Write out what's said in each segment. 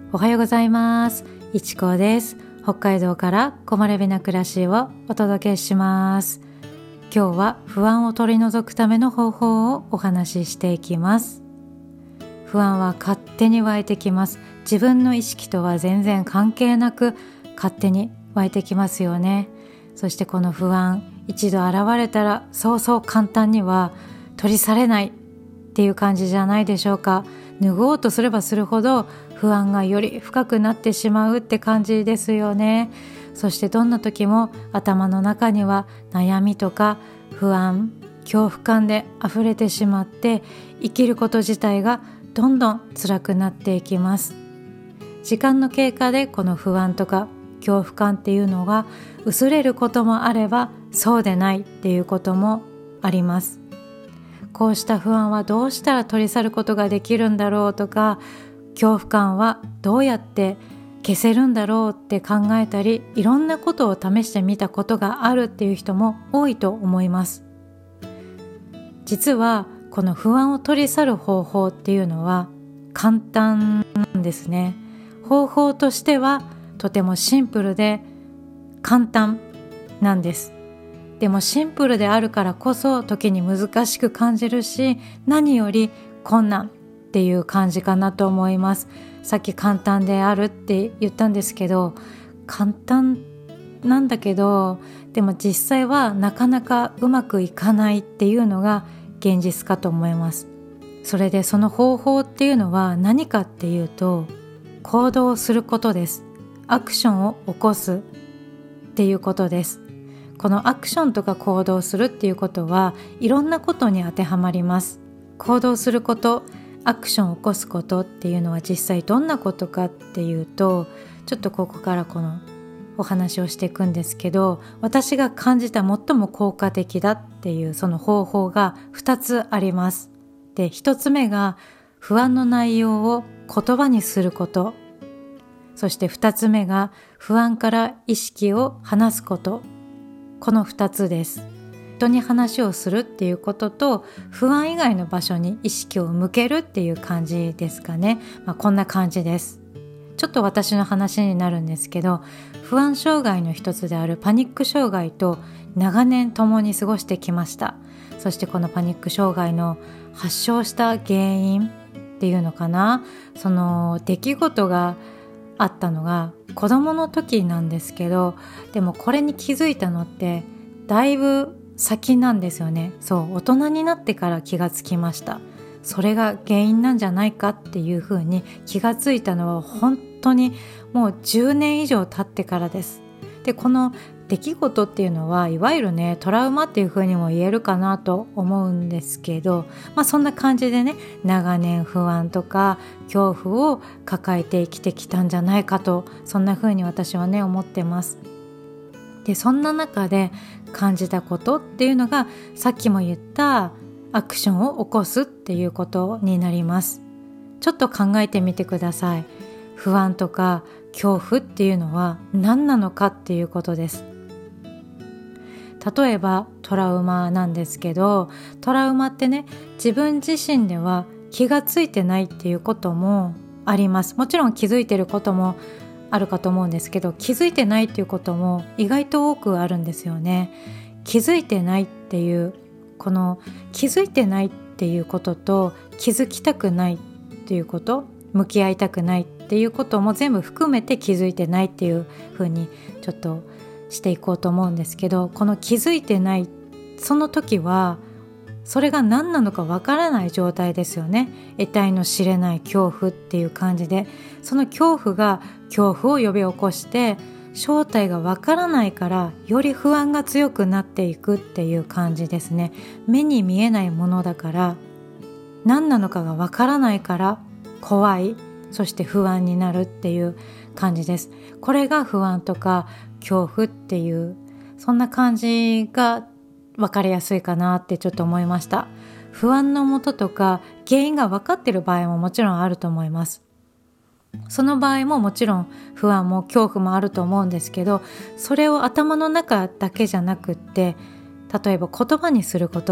おはようございます。いちこです。北海道から木漏れ日な暮らしをお届けします。今日は不安を取り除くための方法をお話ししていきます。不安は勝手に湧いてきます。自分の意識とは全然関係なく勝手に湧いてきますよね。そしてこの不安、一度現れたらそうそう簡単には取り去れないっていう感じじゃないでしょうか。拭おうとすればするほど不安がより深くなってしまうって感じですよね。そしてどんな時も頭の中には悩みとか不安、恐怖感で溢れてしまって生きること自体がどんどん辛くなっていきます。時間の経過でこの不安とか恐怖感っていうのが薄れることもあればそうでないっていうこともあります。こうした不安はどうしたら取り去ることができるんだろうとか、恐怖感はどうやって消せるんだろうって考えたり、いろんなことを試してみたことがあるっていう人も多いと思います。実はこの不安を取り去る方法っていうのは簡単なんですね。方法としてはとてもシンプルで簡単なんです。でもシンプルであるからこそ時に難しく感じるし、何より困難っていう感じかなと思います。さっき簡単であるって言ったんですけど、簡単なんだけど、でも実際はなかなかうまくいかないっていうのが現実かと思います。それでその方法っていうのは何かっていうと、行動することです。アクションを起こすっていうことです。このアクションとか行動するっていうことはいろんなことに当てはまります。行動すること、アクションを起こすことっていうのは実際どんなことかっていうと、ちょっとここからこのお話をしていくんですけど、私が感じた最も効果的だっていうその方法が2つあります。で、1つ目が不安の内容を言葉にすること。そして2つ目が不安から意識を離すこと。この2つです。人に話をするっていうことと不安以外の場所に意識を向けるっていう感じですかね。こんな感じです。ちょっと私の話になるんですけど、不安障害の一つであるパニック障害と長年共に過ごしてきました。そしてこのパニック障害の発症した原因っていうのかな、その出来事があったのが子供の時なんですけど、でもこれに気づいたのってだいぶ先なんですよね。そう、大人になってから気がつきました。それが原因なんじゃないかっていうふうに気がついたのは本当にもう10年以上経ってからです。で、この出来事っていうのはいわゆるね、トラウマっていうふうにも言えるかなと思うんですけど、そんな感じでね、長年不安とか恐怖を抱えて生きてきたんじゃないかと、そんなふうに私はね思ってます。で、そんな中で感じたことっていうのがさっきも言ったアクションを起こすっていうことになります。ちょっと考えてみてください。不安とか恐怖っていうのは何なのかっていうことです。例えばトラウマなんですけど、トラウマってね、自分自身では気がついてないっていうこともあります。もちろん気づいてることもあるかと思うんですけど、気づいてないっていうことも意外と多くあるんですよね。気づいてないっていう、この気づいてないっていうことと気づきたくないっていうこと、向き合いたくないっていうことも全部含めて気づいてないっていう風にちょっとしていこうと思うんですけど、この気づいてないその時はそれが何なのかわからない状態ですよね。得体の知れない恐怖っていう感じで、その恐怖が恐怖を呼び起こして正体がわからないからより不安が強くなっていくっていう感じですね。目に見えないものだから何なのかがわからないから怖い、そして不安になるっていう感じです。これが不安とか恐怖っていうそんな感じが分かりやすいかなってちょっと思いました。不安のもととか原因が分かっている場合ももちろんあると思います。その場合ももちろん不安も恐怖もあると思うんですけど、それを頭の中だけじゃなくって、例えば言葉にすること、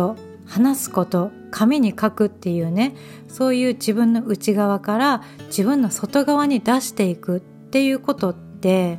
話すこと、紙に書くっていうね、そういう自分の内側から自分の外側に出していくっていうことって、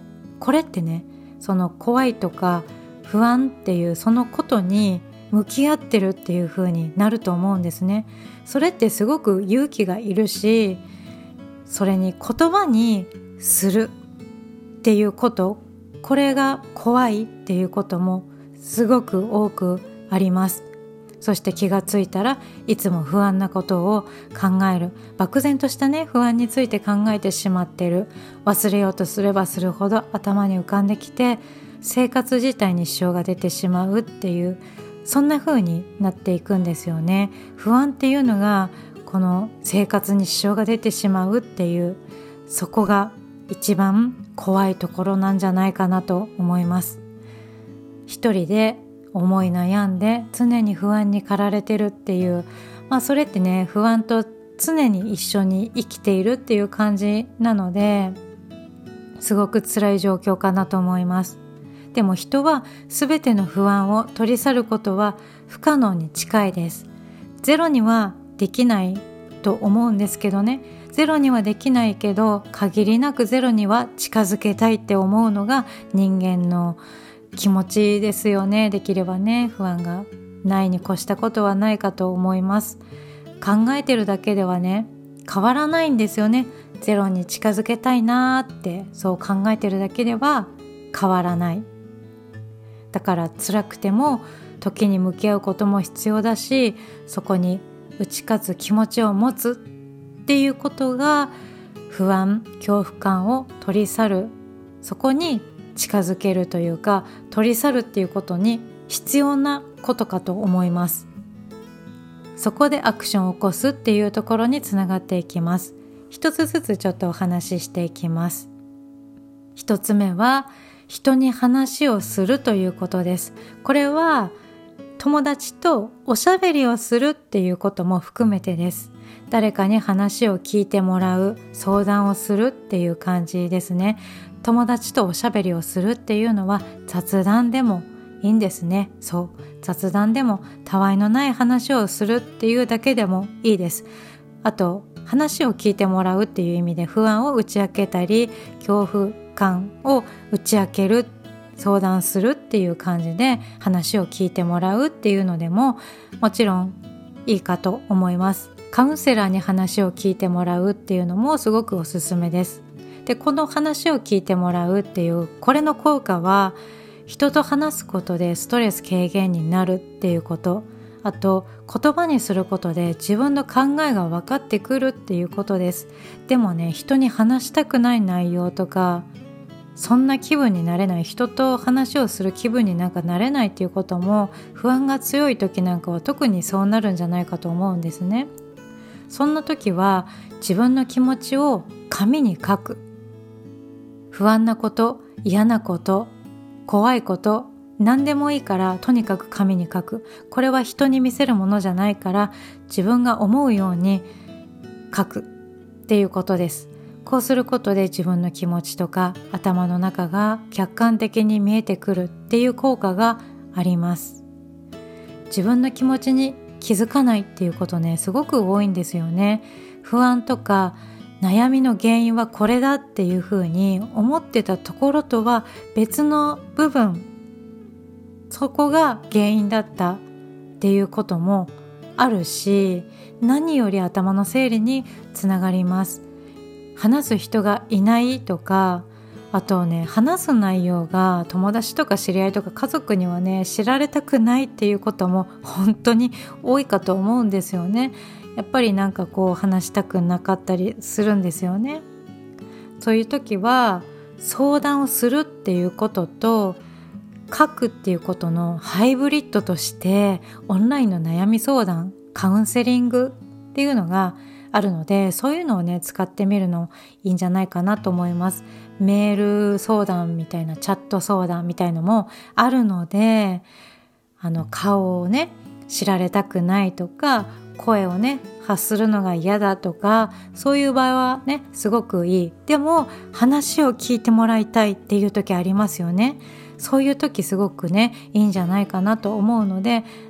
これってね、その怖いとか不安っていうそのことに向き合ってるっていう風になると思うんですね。それってすごく勇気がいるし、それに言葉にするっていうこと、これが怖いっていうこともすごく多くあります。そして気がついたらいつも不安なことを考える、漠然としたね不安について考えてしまっている、忘れようとすればするほど頭に浮かんできて生活自体に支障が出てしまうっていう、そんな風になっていくんですよね。不安っていうのがこの生活に支障が出てしまうっていう、そこが一番怖いところなんじゃないかなと思います。一人で思い悩んで常に不安に駆られてるっていう、それってね、不安と常に一緒に生きているっていう感じなので、すごく辛い状況かなと思います。でも人は全ての不安を取り去ることは不可能に近いです。ゼロにはできないと思うんですけどね、ゼロにはできないけど限りなくゼロには近づけたいって思うのが人間の気持ちですよね。できればね、不安がないに越したことはないかと思います。考えてるだけではね、変わらないんですよね。ゼロに近づけたいなーって、そう考えてるだけでは変わらない。だから辛くても時に向き合うことも必要だし、そこに打ち勝つ気持ちを持つっていうことが不安、恐怖感を取り去る、そこに近づけるというか、取り去るっていうことに必要なことかと思います。そこでアクションを起こすっていうところにつながっていきます。一つずつちょっとお話ししていきます。一つ目は人に話をするということです。これは友達とおしゃべりをするっていうことも含めてです。誰かに話を聞いてもらう、相談をするっていう感じですね。友達とおしゃべりをするっていうのは雑談でもいいんですね。そう、雑談でもたわいのない話をするっていうだけでもいいです。あと話を聞いてもらうっていう意味で不安を打ち明けたり、恐怖感を打ち明ける、相談するっていう感じで話を聞いてもらうっていうのでももちろんいいかと思います。カウンセラーに話を聞いてもらうっていうのもすごくおすすめです。で、この話を聞いてもらうっていうこれの効果は、人と話すことでストレス軽減になるっていうこと、あと言葉にすることで自分の考えが分かってくるっていうことです。でもね、人に話したくない内容とか、そんな気分になれない、人と話をする気分になれないっていうことも、不安が強い時なんかは特にそうなるんじゃないかと思うんですね。そんな時は自分の気持ちを紙に書く。不安なこと、嫌なこと、怖いこと、何でもいいからとにかく紙に書く。これは人に見せるものじゃないから、自分が思うように書くっていうことです。こうすることで自分の気持ちとか頭の中が客観的に見えてくるっていう効果があります。自分の気持ちに気づかないっていうことね、すごく多いんですよね。不安とか悩みの原因はこれだっていうふうに思ってたところとは別の部分、そこが原因だったっていうこともあるし、何より頭の整理につながります。話す人がいないとか、あとね、話す内容が友達とか知り合いとか家族にはね、知られたくないっていうことも本当に多いかと思うんですよね。やっぱり話したくなかったりするんですよね。そういう時は相談をするっていうことと書くっていうことのハイブリッドとして、オンラインの悩み相談、カウンセリングっていうのがあるので、そういうのをね使ってみるのいいんじゃないかなと思います。メール相談みたいな、チャット相談みたいのもあるので、顔をね知られたくないとか、声をね発するのが嫌だとか、そういう場合はねすごくいい。でも話を聞いてもらいたいっていう時ありますよね。そういう時すごくねいいんじゃないかなと思うので、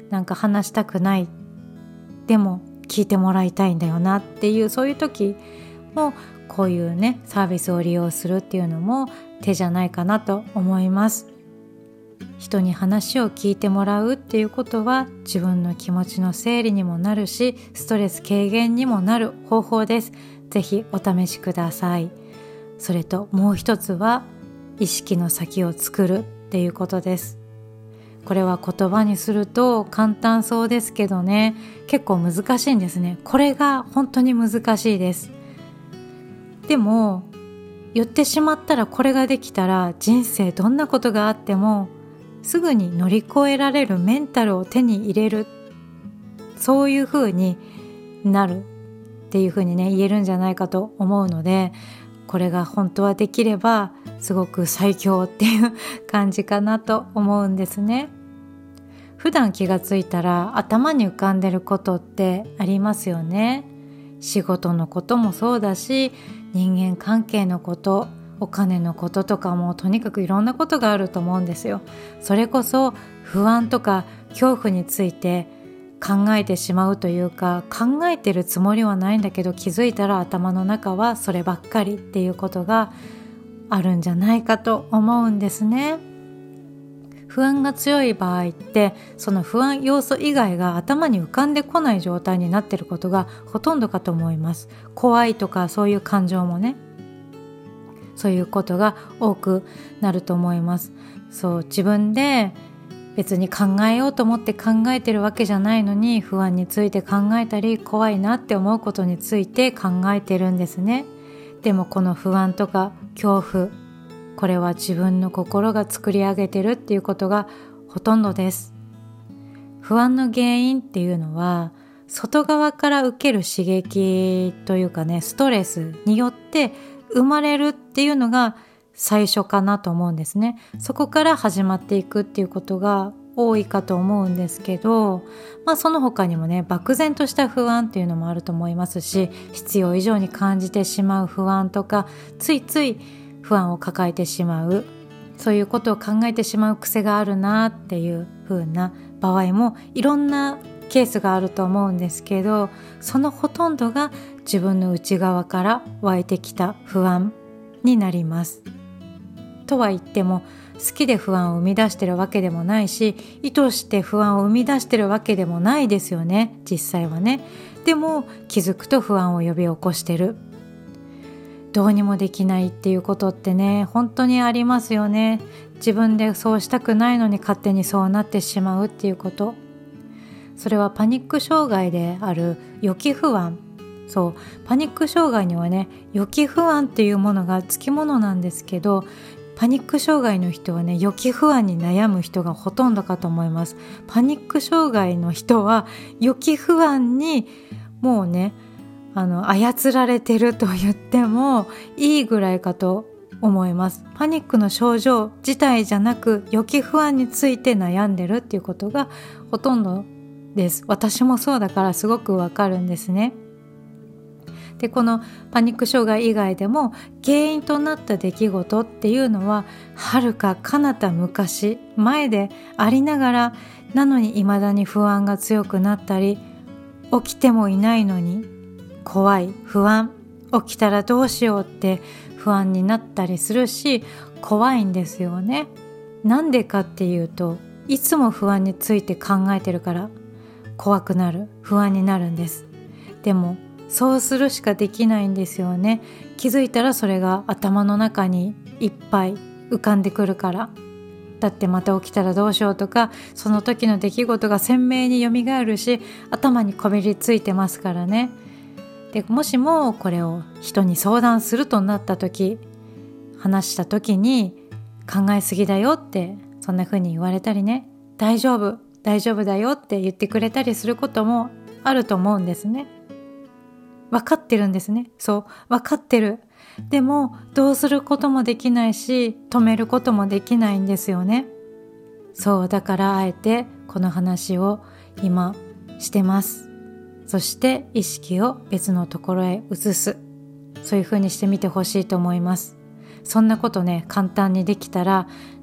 なんか話したくない、でも聞いてもらいたいんだよなっていう、そういう時もこういうねサービスを利用するっていうのも手じゃないかなと思います。人に話を聞いてもらうっていうことは自分の気持ちの整理にもなるし、ストレス軽減にもなる方法です。ぜひお試しください。それともう一つは意識の先を作るっていうことです。これは言葉にすると簡単そうですけどね、結構難しいんですね。これが本当に難しいです。でも言ってしまったら、これができたら人生どんなことがあってもすぐに乗り越えられるメンタルを手に入れる、そういう風になるっていう風にね言えるんじゃないかと思うので、これが本当はできればすごく最強っていう感じかなと思うんですね。普段気がついたら頭に浮かんでることってありますよね。仕事のこともそうだし、人間関係のこと、お金のこととかも、とにかくいろんなことがあると思うんですよ。それこそ不安とか恐怖について考えてしまうというか、考えてるつもりはないんだけど気づいたら頭の中はそればっかりっていうことがあるんじゃないかと思うんですね。不安が強い場合って、その不安要素以外が頭に浮かんでこない状態になっていることがほとんどかと思います。怖いとかそういう感情もね、そういうことが多くなると思います。そう、自分で別に考えようと思って考えてるわけじゃないのに、不安について考えたり、怖いなって思うことについて考えてるんですね。でもこの不安とか恐怖、これは自分の心が作り上げてるっていうことがほとんどです。不安の原因っていうのは、外側から受ける刺激というかね、ストレスによって生まれるっていうのが最初かなと思うんですね。そこから始まっていくっていうことが多いかと思うんですけど、その他にもね、漠然とした不安っていうのもあると思いますし、必要以上に感じてしまう不安とか、ついつい不安を抱えてしまう、そういうことを考えてしまう癖があるなっていう風な場合もいろんなケースがあると思うんですけど、そのほとんどが自分の内側から湧いてきた不安になります。とは言っても、好きで不安を生み出してるわけでもないし、意図して不安を生み出してるわけでもないですよね、実際はね。でも気づくと不安を呼び起こしてる。どうにもできないっていうことってね、本当にありますよね。自分でそうしたくないのに勝手にそうなってしまうっていうこと。それはパニック障害である予期不安。そう、パニック障害にはね、予期不安っていうものがつきものなんですけど、パニック障害の人はね、予期不安に悩む人がほとんどかと思います。パニック障害の人は予期不安にもうね、操られてると言ってもいいぐらいかと思います。パニックの症状自体じゃなく、予期不安について悩んでるっていうことがほとんどです。私もそうだからすごくわかるんですね。で、このパニック障害以外でも原因となった出来事っていうのは、遥か彼方昔前でありながら、なのに未だに不安が強くなったり、起きてもいないのに怖い、不安、起きたらどうしようって不安になったりするし、怖いんですよね。なんでかっていうと、いつも不安について考えてるから怖くなる、不安になるんです。でもそうするしかできないんですよね。気づいたらそれが頭の中にいっぱい浮かんでくるから。だってまた起きたらどうしようとか、その時の出来事が鮮明に蘇るし、頭にこびりついてますからね。で、もしもこれを人に相談するとなった時、話した時に考えすぎだよってそんな風に言われたりね、大丈夫だよって言ってくれたりすることもあると思うんですね。分かってるんですね。そう、分かってる。でもどうすることもできないし、止めることもできないんですよね。そう、だからあえてこの話を今してます。そして意識を別のところへ移す。そういう風にしてみてほしいと思います。そんなことね、簡単にできたら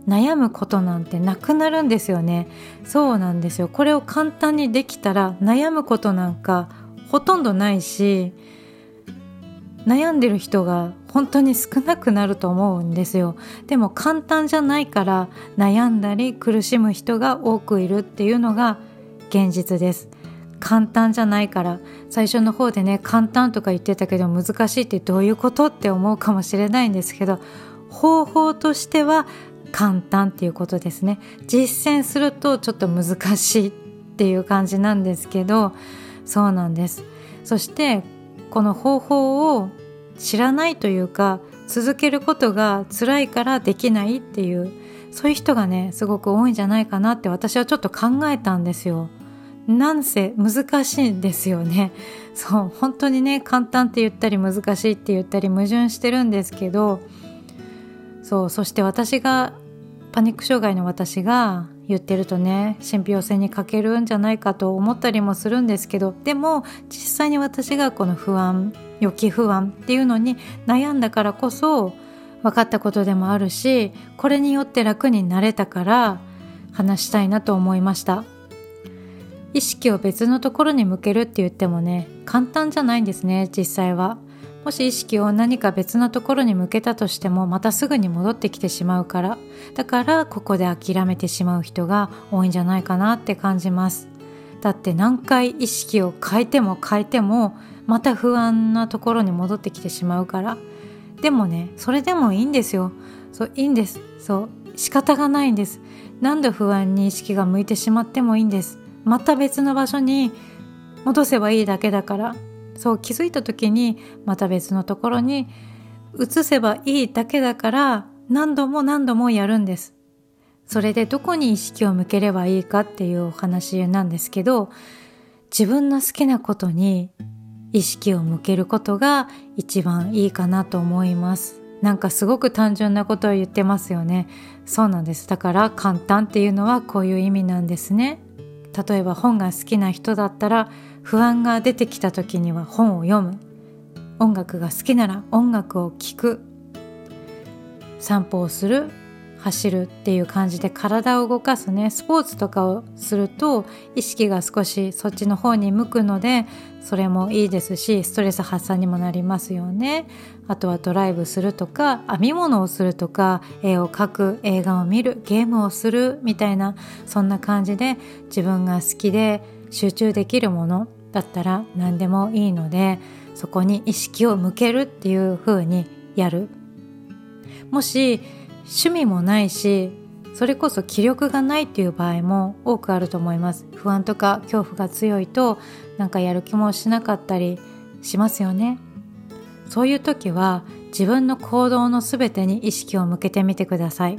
悩むことなんてなくなるんですよね。そうなんですよ。これを簡単にできたら悩むことなんかほとんどないし、悩んでる人が本当に少なくなると思うんですよ。でも簡単じゃないから悩んだり苦しむ人が多くいるっていうのが現実です。簡単じゃないから。最初の方でね、簡単とか言ってたけど難しいってどういうことって思うかもしれないんですけど、方法としては簡単っていうことですね。実践するとちょっと難しいっていう感じなんですけど、そうなんです。そしてこの方法を知らないというか、続けることが辛いからできないっていう、そういう人がねすごく多いんじゃないかなって私はちょっと考えたんですよ。なんせ難しいんですよね。そう、本当にね、簡単って言ったり難しいって言ったり矛盾してるんですけど、そして私がパニック障害の私が言ってるとね、信憑性に欠けるんじゃないかと思ったりもするんですけど、でも実際に私がこの不安、予期不安っていうのに悩んだからこそ分かったことでもあるし、これによって楽になれたから話したいなと思いました。意識を別のところに向けるって言ってもね、簡単じゃないんですね、実際は。もし意識を何か別のところに向けたとしてもまたすぐに戻ってきてしまうから、だからここで諦めてしまう人が多いんじゃないかなって感じます。だって何回意識を変えてもまた不安なところに戻ってきてしまうから。でもね、それでもいいんですよ。そう、いいんです。そう、仕方がないんです。何度不安に意識が向いてしまってもいいんです。また別の場所に戻せばいいだけだから。そう、気づいた時にまた別のところに移せばいいだけだから、何度もやるんです。それでどこに意識を向ければいいかっていうお話なんですけど、自分の好きなことに意識を向けることが一番いいかなと思います。なんかすごく単純なことを言ってますよね。そうなんです。だから簡単っていうのはこういう意味なんですね。例えば本が好きな人だったら、不安が出てきた時には本を読む。音楽が好きなら音楽を聴く。散歩をする、走るっていう感じで体を動かすね、スポーツとかをすると意識が少しそっちの方に向くので、それもいいですし、ストレス発散にもなりますよね。あとはドライブするとか、編み物をするとか、絵を描く、映画を見る、ゲームをするみたいな、そんな感じで自分が好きで集中できるものだったら何でもいいので、そこに意識を向けるっていう風にやる。もし趣味もないし、それこそ気力がないっていう場合も多くあると思います。不安とか恐怖が強いとなんかやる気もしなかったりしますよね。そういう時は自分の行動のすべてに意識を向けてみてください。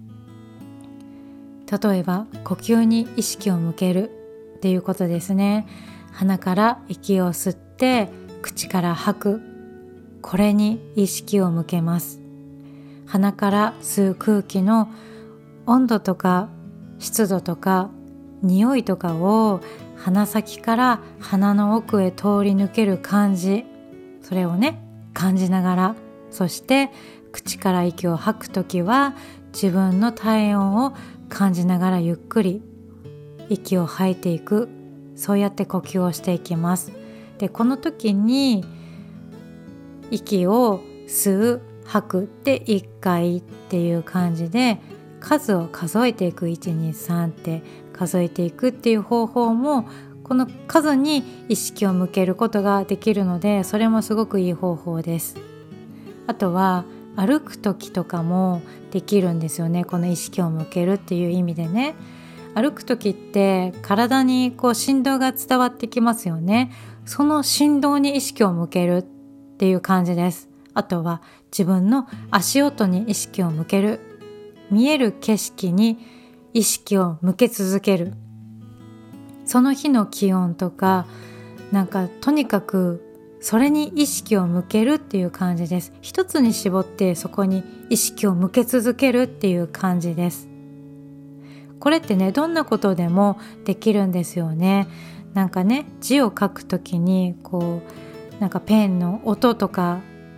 例えば呼吸に意識を向けるっていうことですね。鼻から息を吸って口から吐く、これに意識を向けます。鼻から吸う空気の温度とか湿度とか匂いとかを鼻先から鼻の奥へ通り抜ける感じ、それをね感じながら、そして口から息を吐くときは自分の体温を感じながらゆっくり息を吐いていく。そうやって呼吸をしていきます。で、この時に息を吸う吐くって1回っていう感じで数を数えていく、123って数えていくっていう方法も、この数に意識を向けることができるので、それもすごくいい方法です。あとは歩く時とかもできるんですよね。この意識を向けるっていう意味でね、歩く時って体にこう振動が伝わってきますよね。その振動に意識を向けるっていう感じです。あとは自分の足音に意識を向ける。見える景色に意識を向け続ける。その日の気温とか、なんかとにかくそれに意識を向けるっていう感じです。一つに絞ってそこに意識を向け続けるっていう感じです。これってね、どんなことでもできるんですよね。なんかね、字を書くときにこうなんかペンの音とか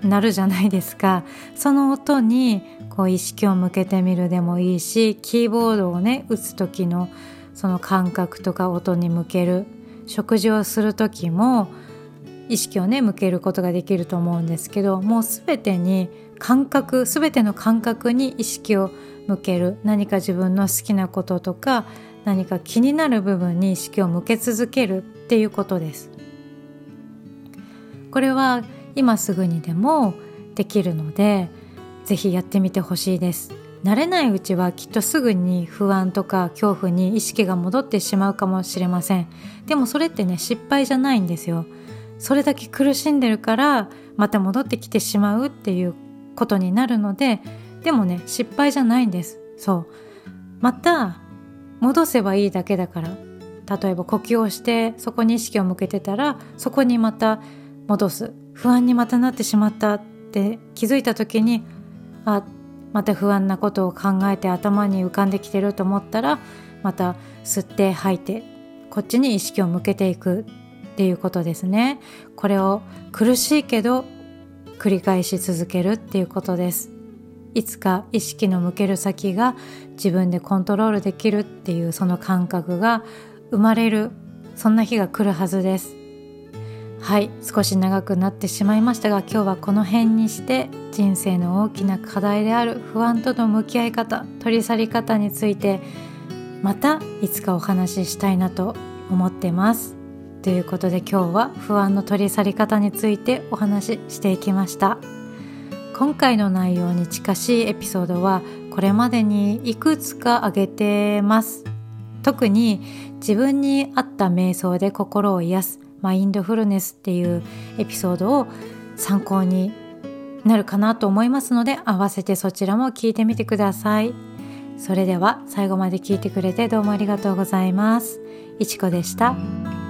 鳴るじゃないですか。その音にこう意識を向けてみるでもいいし、キーボードをね打つ時のその感覚とか音に向ける、食事をする時も意識をね向けることができると思うんですけど、もう全ての感覚に意識を向ける。何か自分の好きなこととか何か気になる部分に意識を向け続けるっていうことです。これは今すぐにでもできるので、ぜひやってみてほしいです。慣れないうちはきっとすぐに不安とか恐怖に意識が戻ってしまうかもしれません。でもそれってね、失敗じゃないんですよ。それだけ苦しんでるからまた戻ってきてしまうっていうことになるので、でもね、失敗じゃないんです。そう、また戻せばいいだけだから。例えば呼吸をしてそこに意識を向けてたら、そこにまた戻す。不安にまたなってしまったって気づいた時に、また不安なことを考えて頭に浮かんできてると思ったら、また吸って吐いてこっちに意識を向けていくっていうことですね。これを苦しいけど繰り返し続けるっていうことです。いつか意識の向ける先が自分でコントロールできるっていうその感覚が生まれる、そんな日が来るはずです。はい、少し長くなってしまいましたが、今日はこの辺にして、人生の大きな課題である不安との向き合い方、取り去り方についてまたいつかお話ししたいなと思ってます。ということで今日は不安の取り去り方についてお話ししていきました。今回の内容に近しいエピソードはこれまでにいくつか挙げてます。特に自分に合った瞑想で心を癒すマインドフルネスっていうエピソードを参考になるかなと思いますので、合わせてそちらも聞いてみてください。それでは最後まで聞いてくれてどうもありがとうございます。いちこでした。